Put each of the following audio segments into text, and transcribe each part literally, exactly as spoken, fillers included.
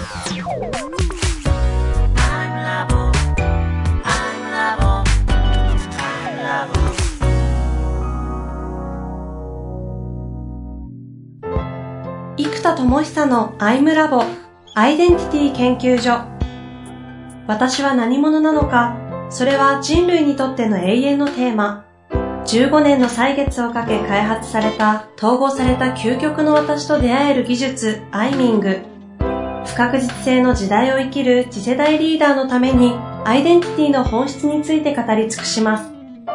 生田智久のアイムラボアイデンティティ研究所。私は何者なのか、それは人類にとっての永遠のテーマ。じゅうごねんの歳月をかけ開発された統合された究極の私と出会える技術アイミング。不確実性の時代を生きる次世代リーダーのためにアイデンティティの本質について語り尽くします。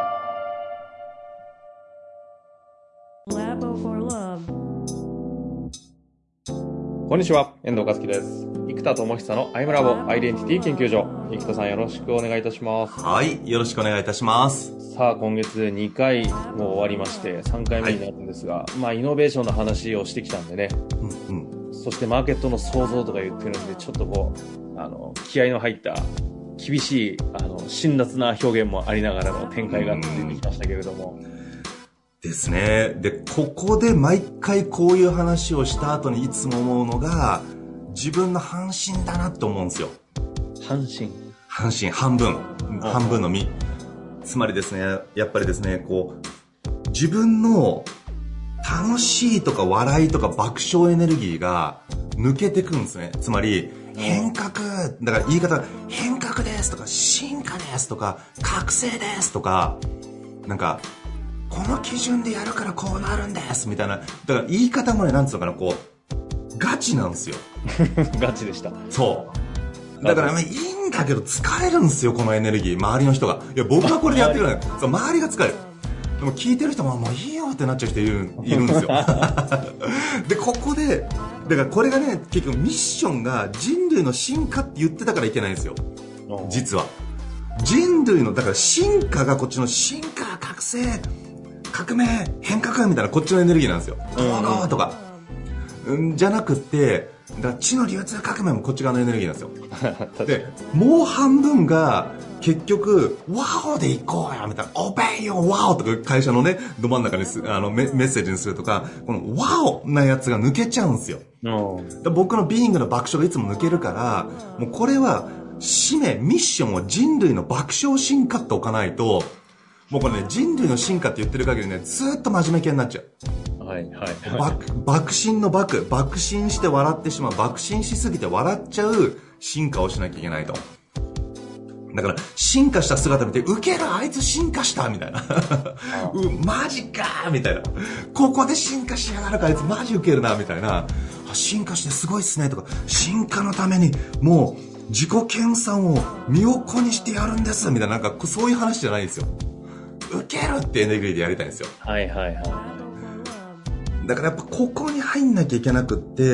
こんにちは、遠藤和樹です。生田智久のアイムラボアイデンティティ研究所。生田さんよろしくお願いいたします。 はい、よろしくお願いいたします。 さあ、今月にかいも終わりましてさんかいめになるんですが、はい、まあイノベーションの話をしてきたんでね、うんうん、そしてマーケットの創造とか言ってるんで、ちょっとこうあの気合の入った厳しいあの辛辣な表現もありながらの展開が出てきましたけれども、 ですね。で、ここで毎回こういう話をした後にいつも思うのが、自分の半身だなって思うんですよ。 半身半身、半分。半分の身。つまりですね、やっぱりですね、こう、自分の楽しいとか笑いとか爆笑エネルギーが抜けてくんですね。つまり、変革、だから言い方が、変革ですとか、進化ですとか、覚醒ですとか、なんか、この基準でやるからこうなるんですみたいな。だから言い方もね、なんつうのかな、こうガチなんですよ。 ガチでした。 そうだから、ね、いいんだけど疲れるんですよ、このエネルギー。周りの人が、いや僕はこれでやってるのよ。そう、周りが疲れる。でも聞いてる人ももういいよってなっちゃう人いるいるんですよ。でここでだからこれがね、結局ミッションが人類の進化って言ってたからいけないんですよ。実は人類のだから進化がこっちの進化、覚醒、革命、変革みたいなこっちのエネルギーなんですよ。統合とか、うん、じゃなくってだから知の流通革命もこっち側のエネルギーなんですよ。でもう半分が結局ワオで行こうやみたいな、オベイよワオとか会社のねど真ん中にあの メ, メッセージにするとか、このワオなやつが抜けちゃうんですよ。で僕のビーイングの爆笑がいつも抜けるから、もうこれは使命ミッションを人類の爆笑進化っておかないと、もうこれね、人類の進化って言ってる限りね、ずっと真面目系になっちゃう。はいはい、はい。爆心の爆、爆心して笑ってしまう、爆心しすぎて笑っちゃう進化をしなきゃいけないと。だから進化した姿見て、ウケる、あいつ進化したみたいな。うマジかーみたいな。ここで進化しやがるか、あいつマジウケるなみたいな。進化してすごいっすねとか、進化のためにもう自己研鑽を身を粉にしてやるんですみたいな、なんかそういう話じゃないんですよ。ウケるってエネルギーでやりたいんですよ。はいはいはい。だからやっぱここに入んなきゃいけなくって、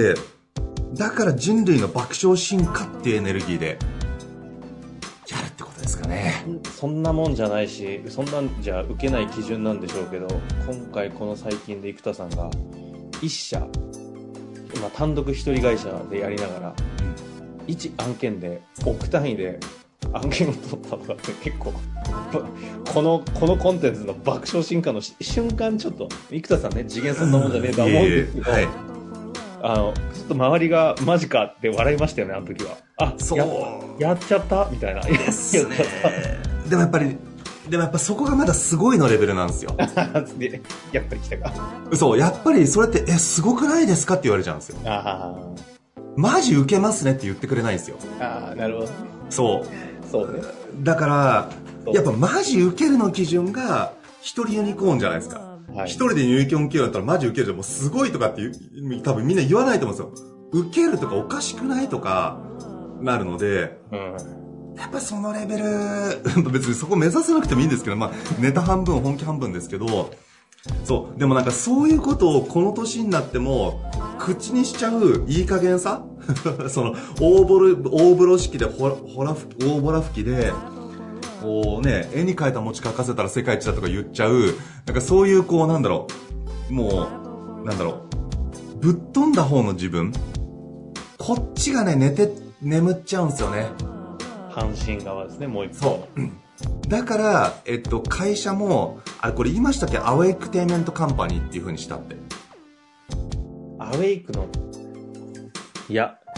だから人類の爆笑進化っていうエネルギーでやるってことですかね。 そんなもんじゃないし、そんなんじゃ受けない基準なんでしょうけど、今回この最近で生田さんが一社、今単独一人会社でやりながら、一案件で億単位で案件を取ったとかって結構このこのコンテンツの爆笑進化の瞬間、ちょっと生田さんね、次元そんなもんじゃねえとは思うんですけど、はい、あのちょっと周りがマジかって笑いましたよね、あの時は。あ、そう や, やっちゃったみたいな。ですね。 でもやっぱりでもやっぱそこがまだすごいのレベルなんですよ。 でやっぱり来たか。 そう、やっぱりそれってえすごくないですかって言われちゃうんですよ。あマジウケますねって言ってくれないんですよ。 ああ、なるほど。 そうそうね。 だからやっぱマジウケるの基準が一人ユニコーンじゃないですか。一、はい、人でユニコーン受けるんだったらマジウケるじゃん、もうすごいとかっていう多分みんな言わないと思うんですよ。ウケるとかおかしくないとかなるので、うん、やっぱそのレベル別にそこ目指さなくてもいいんですけど、まあネタ半分本気半分ですけど、そうでもなんかそういうことをこの年になっても口にしちゃういい加減さその大ボル大風呂敷でほらほら大ボラ吹きでこうね、絵に描いた餅書かせたら世界一だとか言っちゃう、なんかそういうこうなんだろう、もうなんだろう、ぶっ飛んだ方の自分、こっちがね寝て眠っちゃうんですよね。 半身側ですね、もう一個。 そうだから、えっと、会社もあれこれ言いましたっけ、アウェイクテイメントカンパニーっていう風にしたって。 アウェイクのいや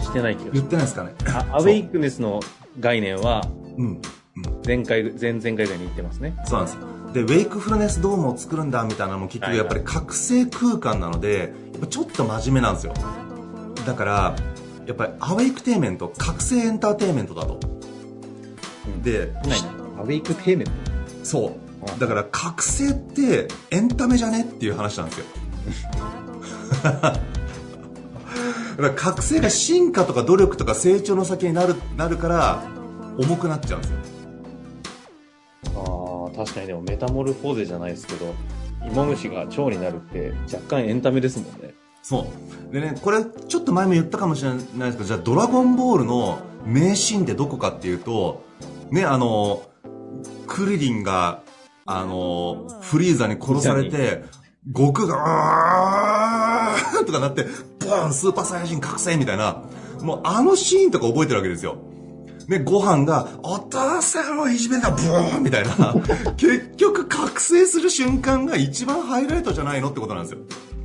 してない気がします。 言ってないですかね。 アウェイクネスの概念は、 うん。 前回、前々回ぐらいに言ってますね。 そうなんですよ。で、ウェイクフルネスドームを作るんだみたいなのも結局やっぱり覚醒空間なので、やっぱちょっと真面目なんですよ。だから、やっぱりアウェイクテイメント、覚醒エンターテイメントだと。うん、で、 アウェイクテイメントそう。だから覚醒ってエンタメじゃねっていう話なんですよ。だから覚醒が進化とか努力とか成長の先になる、なるから重くなっちゃうんですよ。 ああ、確かにでもメタモルフォーゼじゃないですけど、芋虫が蝶になるって若干エンタメですもんね。 そうでね、これちょっと前も言ったかもしれないですけど、じゃあドラゴンボールの名シーンってどこかっていうとね、あのクリリンがあのフリーザに殺されて悟空がうーとかなってボーンスーパーサイヤ人覚醒みたいな、もうあのシーンとか覚えてるわけですよ。で、ご飯が、お父さんをいじめた、ブーンみたいな。結局、覚醒する瞬間が一番ハイライトじゃないのってことなんですよ。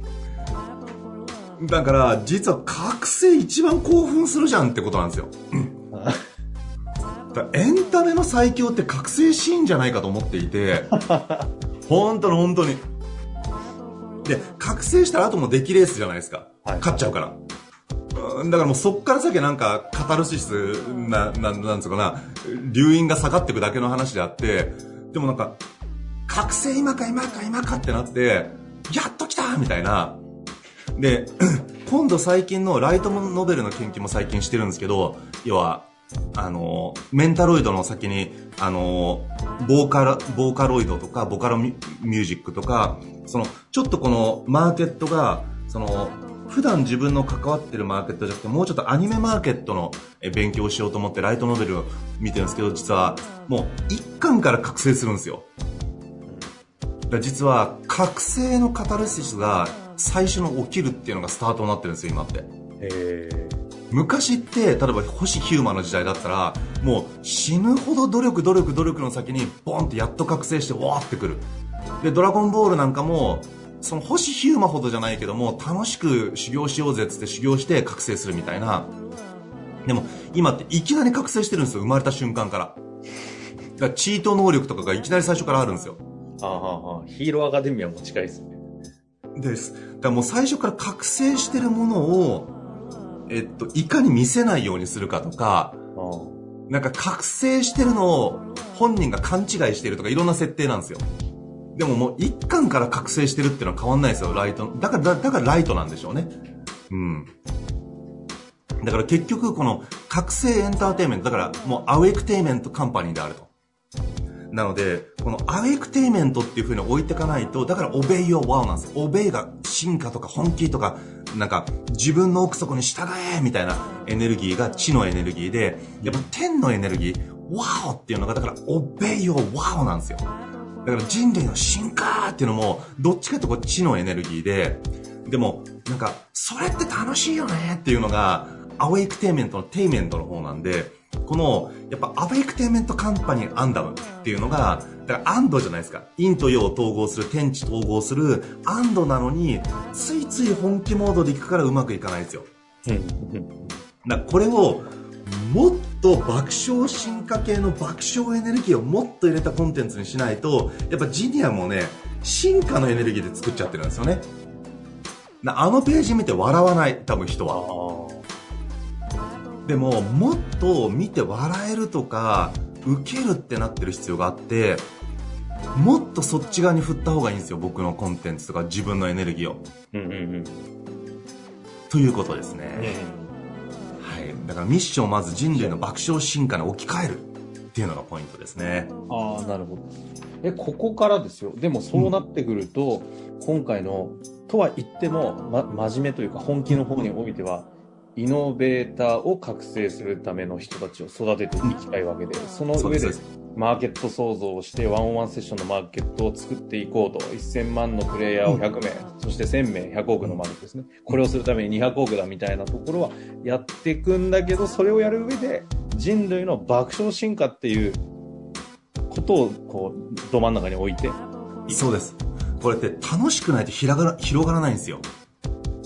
だから、実は覚醒一番興奮するじゃんってことなんですよ。だエンタメの最強って覚醒シーンじゃないかと思っていて、本当に本当に。で、覚醒したら後も出来レースじゃないですか。はい、勝っちゃうから。だからもうそっから先なんかカタルシスな、な、なんつうかな、流飲が下がっていくだけの話であって、でもなんか、覚醒今か今か今かってなって、やっと来たみたいな。で、今度最近のライトノベルの研究も最近してるんですけど、要は、あの、メンタロイドの先に、あの、ボーカル、ボーカロイドとか、ボカロミュージックとか、その、ちょっとこのマーケットが、その、普段自分の関わってるマーケットじゃなくて、もうちょっとアニメマーケットの勉強をしようと思ってライトノベルを見てるんですけど、実はもう一巻から覚醒するんですよ。だから実は覚醒のカタルシスが最初の起きるっていうのがスタートになってるんですよ、今って。へー。昔って、例えば星ヒューマンの時代だったら、もう死ぬほど努力努力努力の先にボンってやっと覚醒してわーってくる。で、ドラゴンボールなんかも、その星ヒューマほどじゃないけども楽しく修行しようぜっつって修行して覚醒するみたいな。でも今っていきなり覚醒してるんですよ、生まれた瞬間から。だからチート能力とかがいきなり最初からあるんですよ。 ああ、はあ、ヒーローアカデミアも近いですね。 です。だからもう最初から覚醒してるものをえっといかに見せないようにするかとか、あなんか覚醒してるのを本人が勘違いしてるとかいろんな設定なんですよ。でももう一巻から覚醒してるっていうのは変わんないですよ、ライト。だから、だからライトなんでしょうね。うん。だから結局この覚醒エンターテイメント、だからもうアウェイクテイメントカンパニーであると。なので、このアウェイクテイメントっていう風に置いていかないと、だからオベイヨーワオなんですよ。オベイが進化とか本気とか、なんか自分の奥底に従えみたいなエネルギーが知のエネルギーで、やっぱ天のエネルギー、ワオっていうのがだからオベイヨーワオなんですよ。だから人類の進化っていうのもどっちかってこっちのエネルギーで、でもなんかそれって楽しいよねっていうのがアウェイクテイメントのテイメントの方なんで、このやっぱアウェイクテイメントカンパニーアンダムっていうのが、だからアンドじゃないですか。陰と陽を統合する、天地統合するアンドなのに、ついつい本気モードでいくからうまくいかないんですよ。だからこれをもっと爆笑進化系の爆笑エネルギーをもっと入れたコンテンツにしないと、やっぱジニアもね、進化のエネルギーで作っちゃってるんですよね。あのページ見て笑わない、多分人は。でももっと見て笑えるとか受けるってなってる必要があって、もっとそっち側に振った方がいいんですよ、僕のコンテンツとか自分のエネルギーを。うんうんうん。ということですね。はい。だからミッションをまず人類の爆笑進化に置き換えるっていうのがポイントですね。 ああ、なるほど。え、ここからですよ。でもそうなってくると、うん、今回のとは言っても、ま、真面目というか本気の方においては、イノベーターを覚醒するための人たちを育てていきたいわけで、その上でマーケット創造をしてワンオンワンセッションのマーケットを作っていこうと、せんまんのプレイヤーをひゃくめい、そしてせんめい、ひゃくおくのマーケットですね。これをするためににひゃくおくだみたいなところはやっていくんだけど、それをやる上で人類の爆笑進化っていうことをこうど真ん中に置いて。 そうです。これって楽しくないと広がら、広がらないんですよ。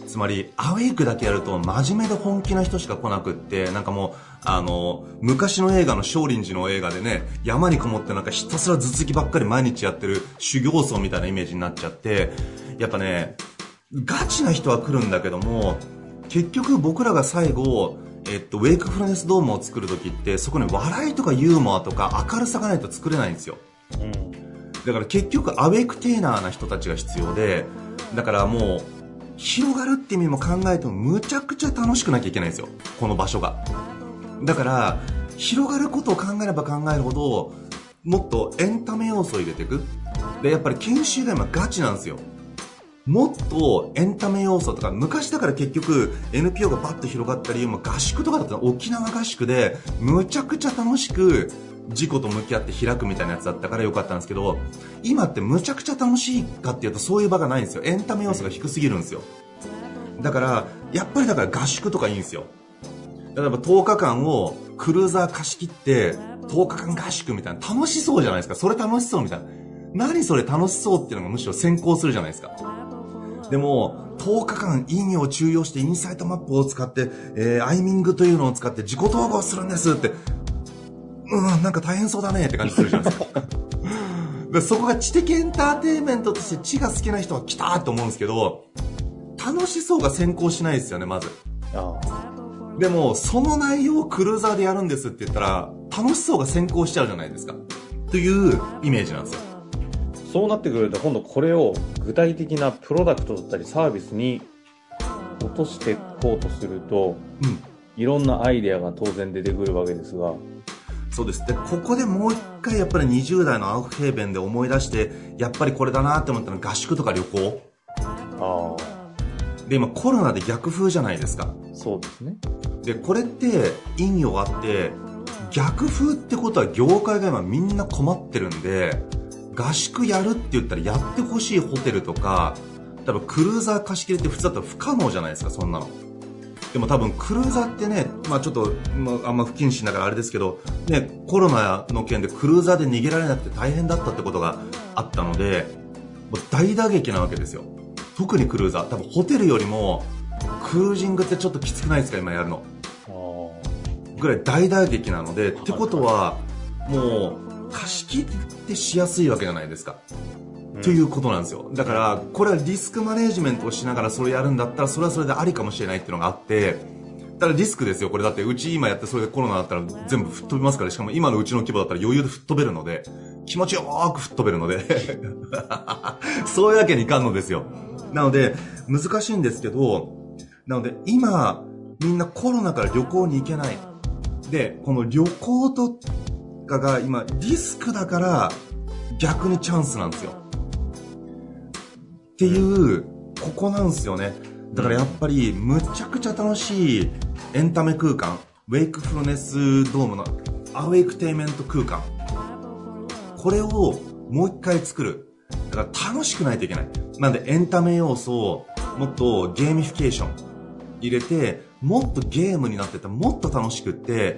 つまりアウェイクだけやると真面目で本気な人しか来なくって、なんかもうあの昔の映画の少林寺の映画でね、山にこもってなんかひたすら頭突きばっかり毎日やってる修行僧みたいなイメージになっちゃって、やっぱねガチな人は来るんだけども、結局僕らが最後えっと、ウェイクフルネスドームを作るときって、そこに笑いとかユーモアとか明るさがないと作れないんですよ、うん、だから結局アウェイクテーナーな人たちが必要で、だからもう広がるって意味も考えてもむちゃくちゃ楽しくなきゃいけないんですよ、この場所が。だから広がることを考えれば考えるほどもっとエンタメ要素を入れていく。でやっぱり研修が今ガチなんですよ。もっとエンタメ要素とか、昔だから結局 エヌピーオー がバッと広がった理由も合宿とかだったら沖縄合宿でむちゃくちゃ楽しく自己と向き合って開くみたいなやつだったからよかったんですけど、今ってむちゃくちゃ楽しいかっていうとそういう場がないんですよ。エンタメ要素が低すぎるんですよ。だからやっぱりだから合宿とかいいんですよ。例えばとおかかんをクルーザー貸し切ってとおかかん合宿みたいな、楽しそうじゃないですか。それ楽しそうみたいな、何それ楽しそうっていうのがむしろ先行するじゃないですか。でもとおかかん意味を中用してインサイトマップを使って、えー、アイミングというのを使って自己統合するんですって、うん、なんか大変そうだねって感じするじゃないですか。でそこが知的エンターテインメントとして知が好きな人は来たーと思うんですけど、楽しそうが先行しないですよね、まず。ああ。でもその内容をクルーザーでやるんですって言ったら楽しそうが先行しちゃうじゃないですかというイメージなんですよ。 そうなってくると今度これを具体的なプロダクトだったりサービスに落としていこうとすると、うん、いろんなアイデアが当然出てくるわけですが、 そうです。でここでもう一回やっぱりにじゅう代のアウフヘーベンで思い出してやっぱりこれだなって思ったのは合宿とか旅行。あで今コロナで逆風じゃないですか。 そうですね。 でこれって意味があって、逆風ってことは業界が今みんな困ってるんで、合宿やるって言ったらやってほしいホテルとか、多分クルーザー貸し切りって普通だったら不可能じゃないですか、そんなの。でも多分クルーザーってね、まあちょっと、まあ、あんま不謹慎だからあれですけど、ね、コロナの件でクルーザーで逃げられなくて大変だったってことがあったので、もう大打撃なわけですよ。特にクルーザー。多分ホテルよりもクルージングってちょっときつくないですか、今やるの。ぐらい大打撃なので、ってことはもう貸し切ってしやすいわけじゃないですか、うん、ということなんですよ。だからこれはリスクマネジメントをしながらそれやるんだったらそれはそれでありかもしれないっていうのがあって、ただリスクですよこれ。だってうち今やってそれでコロナだったら全部吹っ飛びますから、しかも今のうちの規模だったら余裕で吹っ飛べるので、気持ちよく吹っ飛べるのでそういうわけにいかんのですよ。なので難しいんですけど、なので今みんなコロナから旅行に行けないで、この旅行とかが今リスクだから逆にチャンスなんですよっていうここなんですよね。だからやっぱりむちゃくちゃ楽しいエンタメ空間、ウェイクフルネスドームのアウェイクテイメント空間、これをもう一回作る。だから楽しくないといけない。なんでエンタメ要素をもっとゲーミフィケーション入れて、もっとゲームになっててもっと楽しくって、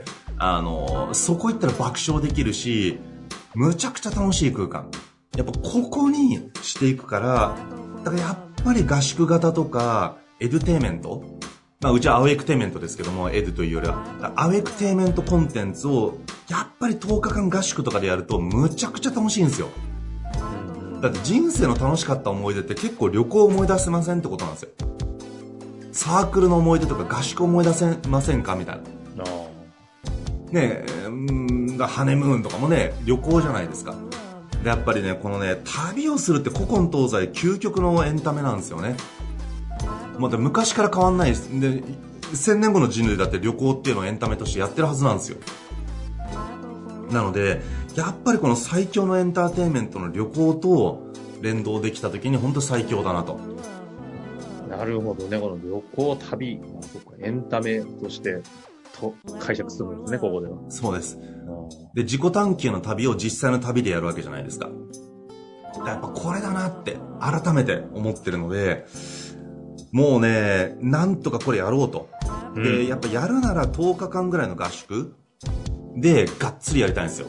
あのそこ行ったら爆笑できるし、むちゃくちゃ楽しい空間、やっぱここにしていくから。だからやっぱり合宿型とかエデュテイメント、まあうちはアウェイクテイメントですけども、エデュというよりはアウェイクテイメントコンテンツをやっぱりとおかかん合宿とかでやるとむちゃくちゃ楽しいんですよ。だって人生の楽しかった思い出って結構旅行思い出せませんってことなんですよ。サークルの思い出とか合宿思い出せませんかみたいな。ねえ、うんだハネムーンとかもね旅行じゃないですか。でやっぱりねこのね旅をするって古今東西究極のエンタメなんですよね。また昔から変わんないです。でせんねんごの人類だって旅行っていうのをエンタメとしてやってるはずなんですよ。なのでやっぱりこの最強のエンターテインメントの旅行と連動できた時に本当最強だなと。 なるほどね。この旅行旅、まあ、そうかエンタメとしてと解釈するんですね、ここでは。 そうです。で自己探求の旅を実際の旅でやるわけじゃないですか。やっぱこれだなって改めて思ってるので、もうねなんとかこれやろうと、うん、でやっぱやるならとおかかんぐらいの合宿でがっつりやりたいんですよ。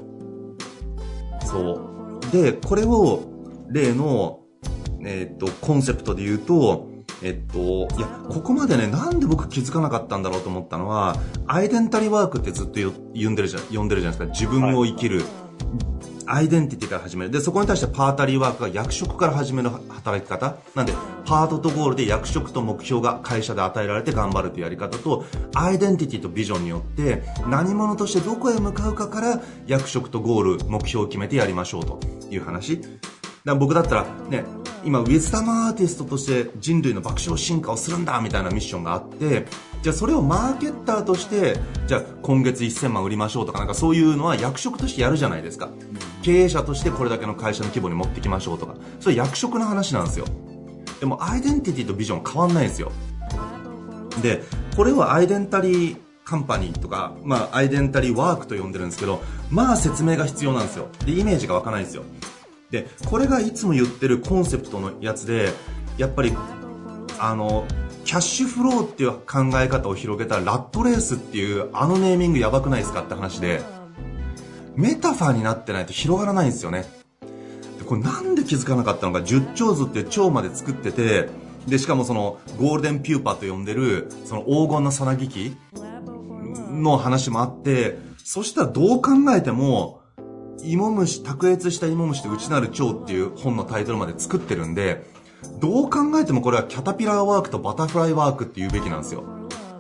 そうでこれを例の、えー、っとコンセプトで言うと、 えっと、いや、ここまでね、なんで僕気づかなかったんだろうと思ったのは、アイデンタリーワークってずっと呼んでるじゃん、呼んでるじゃないですか。自分を生きる。はいアイデンティティから始める。で、そこに対してパータリーワークが役職から始める働き方。なんで、パートとゴールで役職と目標が会社で与えられて頑張るというやり方と、アイデンティティとビジョンによって、何者としてどこへ向かうかから役職とゴール、目標を決めてやりましょうという話。だから僕だったら、ね、今、ウィズダムアーティストとして人類の爆笑進化をするんだみたいなミッションがあって、じゃあそれをマーケッターとして、じゃあ今月せんまん売りましょうとかなんかそういうのは役職としてやるじゃないですか。経営者としてこれだけの会社の規模に持ってきましょうとか、それ役職の話なんですよ。でもアイデンティティとビジョン変わんないんですよ。で、これはアイデンタリーカンパニーとか、まあアイデンタリーワークと呼んでるんですけど、まあ説明が必要なんですよ。で、イメージが湧かないんですよ。で、これがいつも言ってるコンセプトのやつで、やっぱりあのキャッシュフローっていう考え方を広げたラットレースっていうあのネーミングやばくないですかって話で、メタファーになってないと広がらないんですよね。でこれなんで気づかなかったのか、十長図っていう蝶まで作ってて、でしかもそのゴールデンピューパと呼んでるその黄金のさなぎきの話もあって、そしたらどう考えても芋虫、卓越した芋虫と内なる蝶っていう本のタイトルまで作ってるんで、どう考えてもこれはキャタピラーワークとバタフライワークって言うべきなんですよ。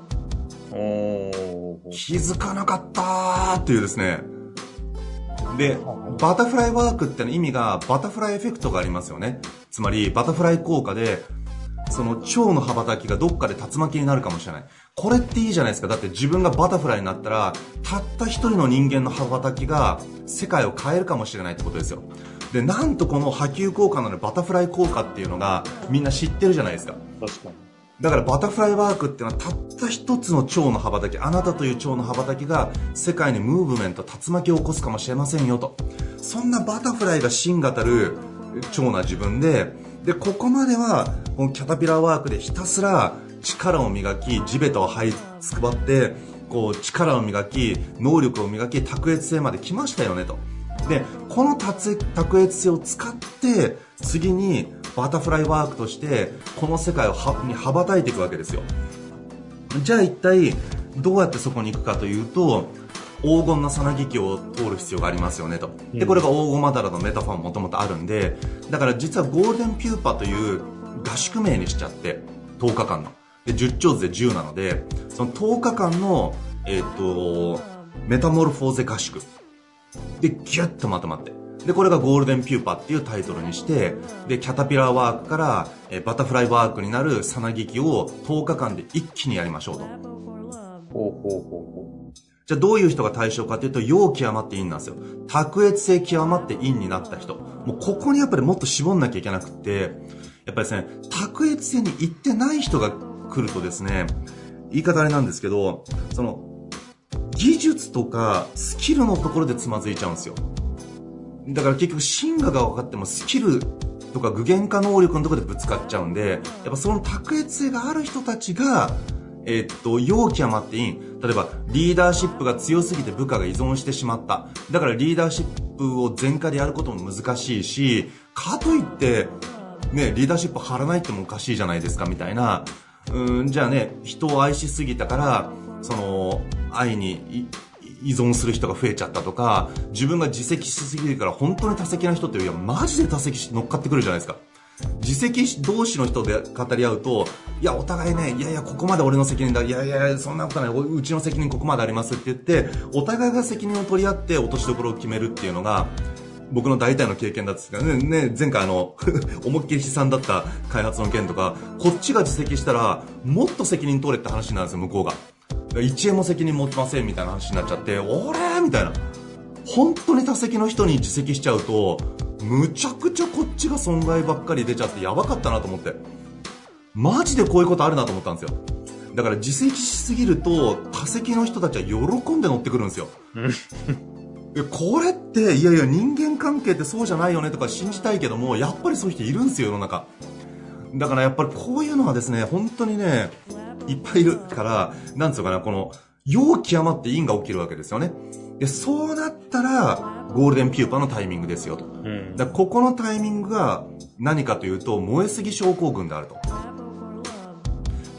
お気づかなかったーっていうですね。で、バタフライワークっての意味がバタフライエフェクトがありますよね。つまりバタフライ効果でその蝶の羽ばたきがどっかで竜巻になるかもしれない。これっていいじゃないですか。だって自分がバタフライになったらたった一人の人間の羽ばたきが世界を変えるかもしれないってことですよ。で、なんとこの波及効果の、ね、バタフライ効果っていうのがみんな知ってるじゃないですか。 確かに。 だからバタフライワークっていうのはたった一つの蝶の羽ばたき、あなたという蝶の羽ばたきが世界にムーブメント、竜巻を起こすかもしれませんよと。そんなバタフライが真がたる蝶な自分で、でここまではこのキャタピラーワークでひたすら力を磨き、地べたを這いつくばってこう力を磨き、能力を磨き、卓越性まで来ましたよねと。でこの卓越性を使って次にバタフライワークとしてこの世界をはに羽ばたいていくわけですよ。じゃあ一体どうやってそこに行くかというと、黄金のさなぎきを通る必要がありますよねと。でこれが黄金マダラのメタファーももともとあるんで、だから実はゴールデンピューパという合宿名にしちゃって、とおかかんのでじゅっちょうずでじゅうなので、そのとおかかんの、えー、とメタモルフォーゼ合宿でギュッとまとまって、でこれがゴールデンピューパっていうタイトルにして、でキャタピラーワークからえバタフライワークになるさなぎきをとおかかんで一気にやりましょうと。ほうほうほうほう。じゃあどういう人が対象かというと、陽極まって陰なんですよ。卓越性極まって陰になった人。もうここにやっぱりもっと絞んなきゃいけなくって、やっぱりですね、卓越性に行ってない人が来るとですね、言い方あれなんですけど、その技術とかスキルのところでつまずいちゃうんですよ。だから結局真我が分かってもスキルとか具現化能力のところでぶつかっちゃうんで、やっぱその卓越性がある人たちがえー、っと陽極まっていい。例えばリーダーシップが強すぎて部下が依存してしまった。だからリーダーシップを全開でやることも難しいし、かといってねリーダーシップ張らないってもおかしいじゃないですかみたいな。うんじゃあね、人を愛しすぎたからその愛に依存する人が増えちゃったとか、自分が自責しすぎるから本当に多責な人って、いやマジで多責乗っかってくるじゃないですか。自責同士の人で語り合うと、いやお互いね、いやいやここまで俺の責任だ、いやいやそんなことない、うちの責任ここまでありますって言って、お互いが責任を取り合って落としどころを決めるっていうのが僕の大体の経験だったんですけどね。ね前回あの思いっきり悲惨だった開発の件とか、こっちが自責したらもっと責任取れって話になるんですよ、向こうが。いちえんも責任持ってませんみたいな話になっちゃって、俺みたいな。本当に他責の人に自責しちゃうとむちゃくちゃこっちが損害ばっかり出ちゃってやばかったなと思って、マジでこういうことあるなと思ったんですよ。だから自責しすぎると他責の人たちは喜んで乗ってくるんですよこれっていやいや人間関係ってそうじゃないよねとか信じたいけども、やっぱりそういう人いるんですよ世の中。だからやっぱりこういうのはですね、本当にねいっぱいいるから、なんつうかな、この陽極まって陰が起きるわけですよね。でそうなったらゴールデンピューパのタイミングですよと、うん、だからここのタイミングが何かというと、燃えすぎ症候群であると。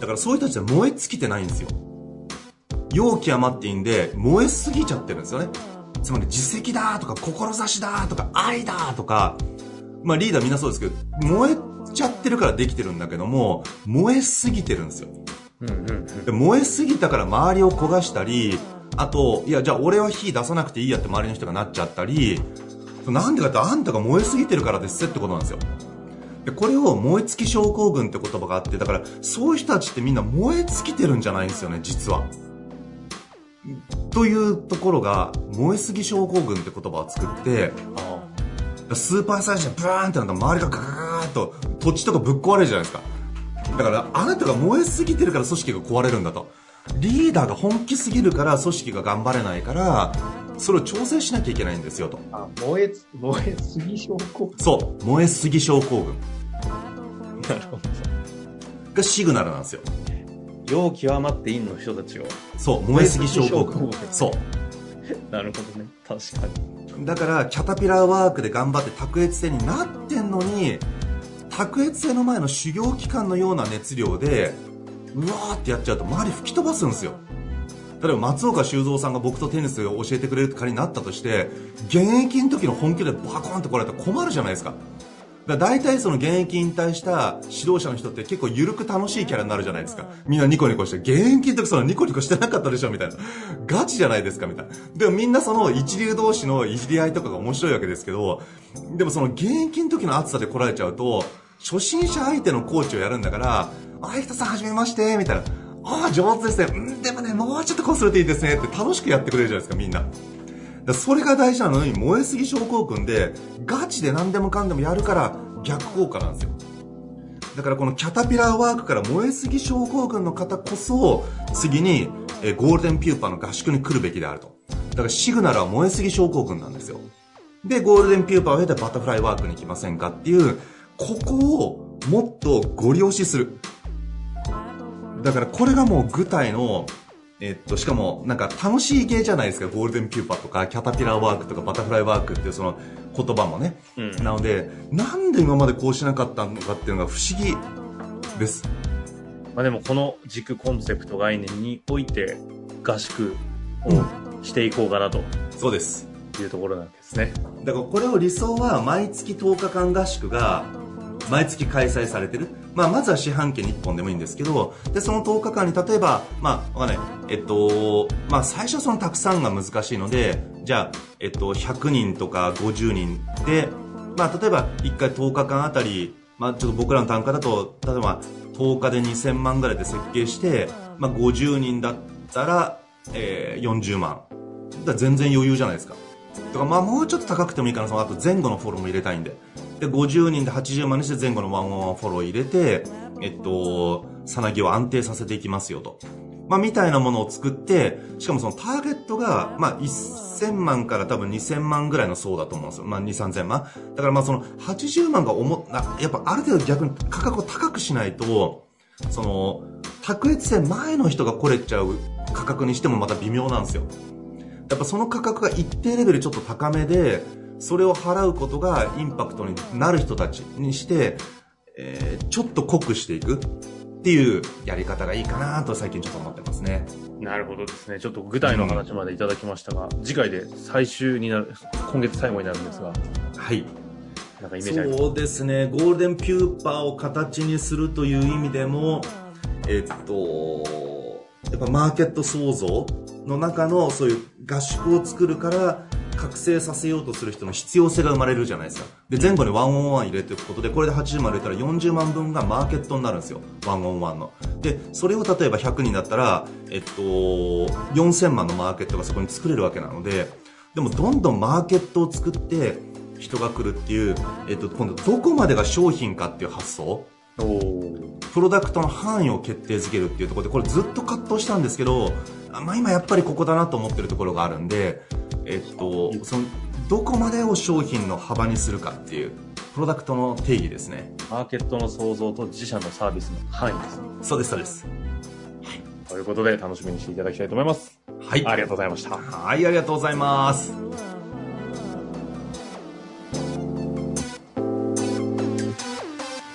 だからそういう人たちは燃え尽きてないんですよ。陽気余っていいんで燃えすぎちゃってるんですよね。つまり自責だとか志だとか愛だとか、まあリーダーみんなそうですけど、燃えちゃってるからできてるんだけども、燃えすぎてるんですよ。うんうんうん、で燃えすぎたから周りを焦がしたり、あといやじゃあ俺は火出さなくていいやって周りの人がなっちゃったり、なんでかってあんたが燃えすぎてるからですってことなんですよ。でこれを燃え尽き症候群って言葉があって、だからそういう人たちってみんな燃え尽きてるんじゃないんですよね実は。というところが燃えすぎ症候群って言葉を作って、スーパーサイヤ人ブーンってなったら周りがガガーッと土地とかぶっ壊れるじゃないですか。だからあなたが燃えすぎてるから組織が壊れるんだと。リーダーが本気すぎるから組織が頑張れないから、それを調整しなきゃいけないんですよと。 あ、燃え燃えすぎ症候群。 そう燃えすぎ症候群なるほどがシグナルなんですよ。 陽気余って陰の人たちを。 そう燃えすぎ症候群。そうなるほどね、確かに。だからキャタピラーワークで頑張って卓越性になってんのに、卓越性の前の修行期間のような熱量でうわーってやっちゃうと周り吹き飛ばすんですよ。例えば松岡修造さんが僕とテニスを教えてくれる仮になったとして、現役の時の本気でバコーンって来られたら困るじゃないですか。だから大体その現役引退した指導者の人って結構緩く楽しいキャラになるじゃないですか。みんなニコニコして、現役の時そのニコニコしてなかったでしょみたいな。ガチじゃないですかみたいな。でもみんなその一流同士のいじり合いとかが面白いわけですけど、でもその現役の時の熱さで来られちゃうと、初心者相手のコーチをやるんだから、あいたさんはじめましてみたいな。ああ上手ですね。うんでもねもうちょっとこうするといいですねって楽しくやってくれるじゃないですかみんな。だそれが大事なのに、燃えすぎ症候群でガチで何でもかんでもやるから逆効果なんですよ。だからこのキャタピラーワークから燃えすぎ症候群の方こそ次にえゴールデンピューパーの合宿に来るべきであると。だからシグナルは燃えすぎ症候群なんですよ。でゴールデンピューパーを経てバタフライワークに行きませんかっていう、ここをもっとご利用しする。だからこれがもう具体のえっとしかもなんか楽しい系じゃないですか。ゴールデンピューパーとかキャタピラーワークとかバタフライワークっていうその言葉もね、うん、なのでなんで今までこうしなかったのかっていうのが不思議です。 まあでもこの軸コンセプト概念において合宿をしていこうかなと、うん、 そうですいうところなんですね。 だからこれを理想は毎月とおかかん合宿が毎月開催されてる。まあまずは四半期にいっぽんでもいいんですけど、でそのとおかかんに例えばまあわかんないえっとまあ最初はそのたくさんが難しいので、じゃあえっとひゃくにんとかごじゅうにんで、まあ例えばいっかいとおかかんあたり、まあちょっと僕らの単価だと例えばとおかでにせんまんぐらいで設計して、まあごじゅうにんだったら、えー、よんじゅうまんだから全然余裕じゃないですか。だからまあもうちょっと高くてもいいかな。そのあと前後のフォローも入れたいんで。でごじゅうにんではちじゅうまんにして前後のワンオンワンフォロー入れて、えっとさなぎを安定させていきますよと、まあみたいなものを作って、しかもそのターゲットがまあせんまんから多分にせんまんぐらいの層だと思うんですよ。まあにせんさんぜんまんだからまあそのはちじゅうまんが重なやっぱある程度逆に価格を高くしないと、その卓越性前の人が来れちゃう価格にしてもまた微妙なんですよ。やっぱその価格が一定レベルちょっと高めで、それを払うことがインパクトになる人たちにして、えー、ちょっと濃くしていくっていうやり方がいいかなと最近ちょっと思ってますね。 なるほどですね。ちょっと具体の話までいただきましたが、うん、次回で最終になる、今月最後になるんですが、 はい。 なんかイメージありますか？ そうですね。ゴールデンピューパーを形にするという意味でも、えっとやっぱマーケット創造の中のそういう合宿を作るから覚醒させようとする人の必要性が生まれるじゃないですか。で前後にワンオンワン入れていくことで、これではちじゅうまん入れたらよんじゅうまんぶんがマーケットになるんですよ。ワンオンワンの。でそれを例えばひゃくにんだったら、えっと、よんせんまんのマーケットがそこに作れるわけなので、でもどんどんマーケットを作って人が来るっていう、えっと、今度どこまでが商品かっていう発想、プロダクトの範囲を決定づけるっていうところで、これずっと葛藤したんですけど、まあ、今やっぱりここだなと思ってるところがあるんで、えっと、そのどこまでを商品の幅にするかっていうプロダクトの定義ですね。 マーケットの創造と自社のサービスの範囲ですね。 そうですそうです、 はい、ということで楽しみにしていただきたいと思います。 はい、 ありがとうございました。 はい、ありがとうございます。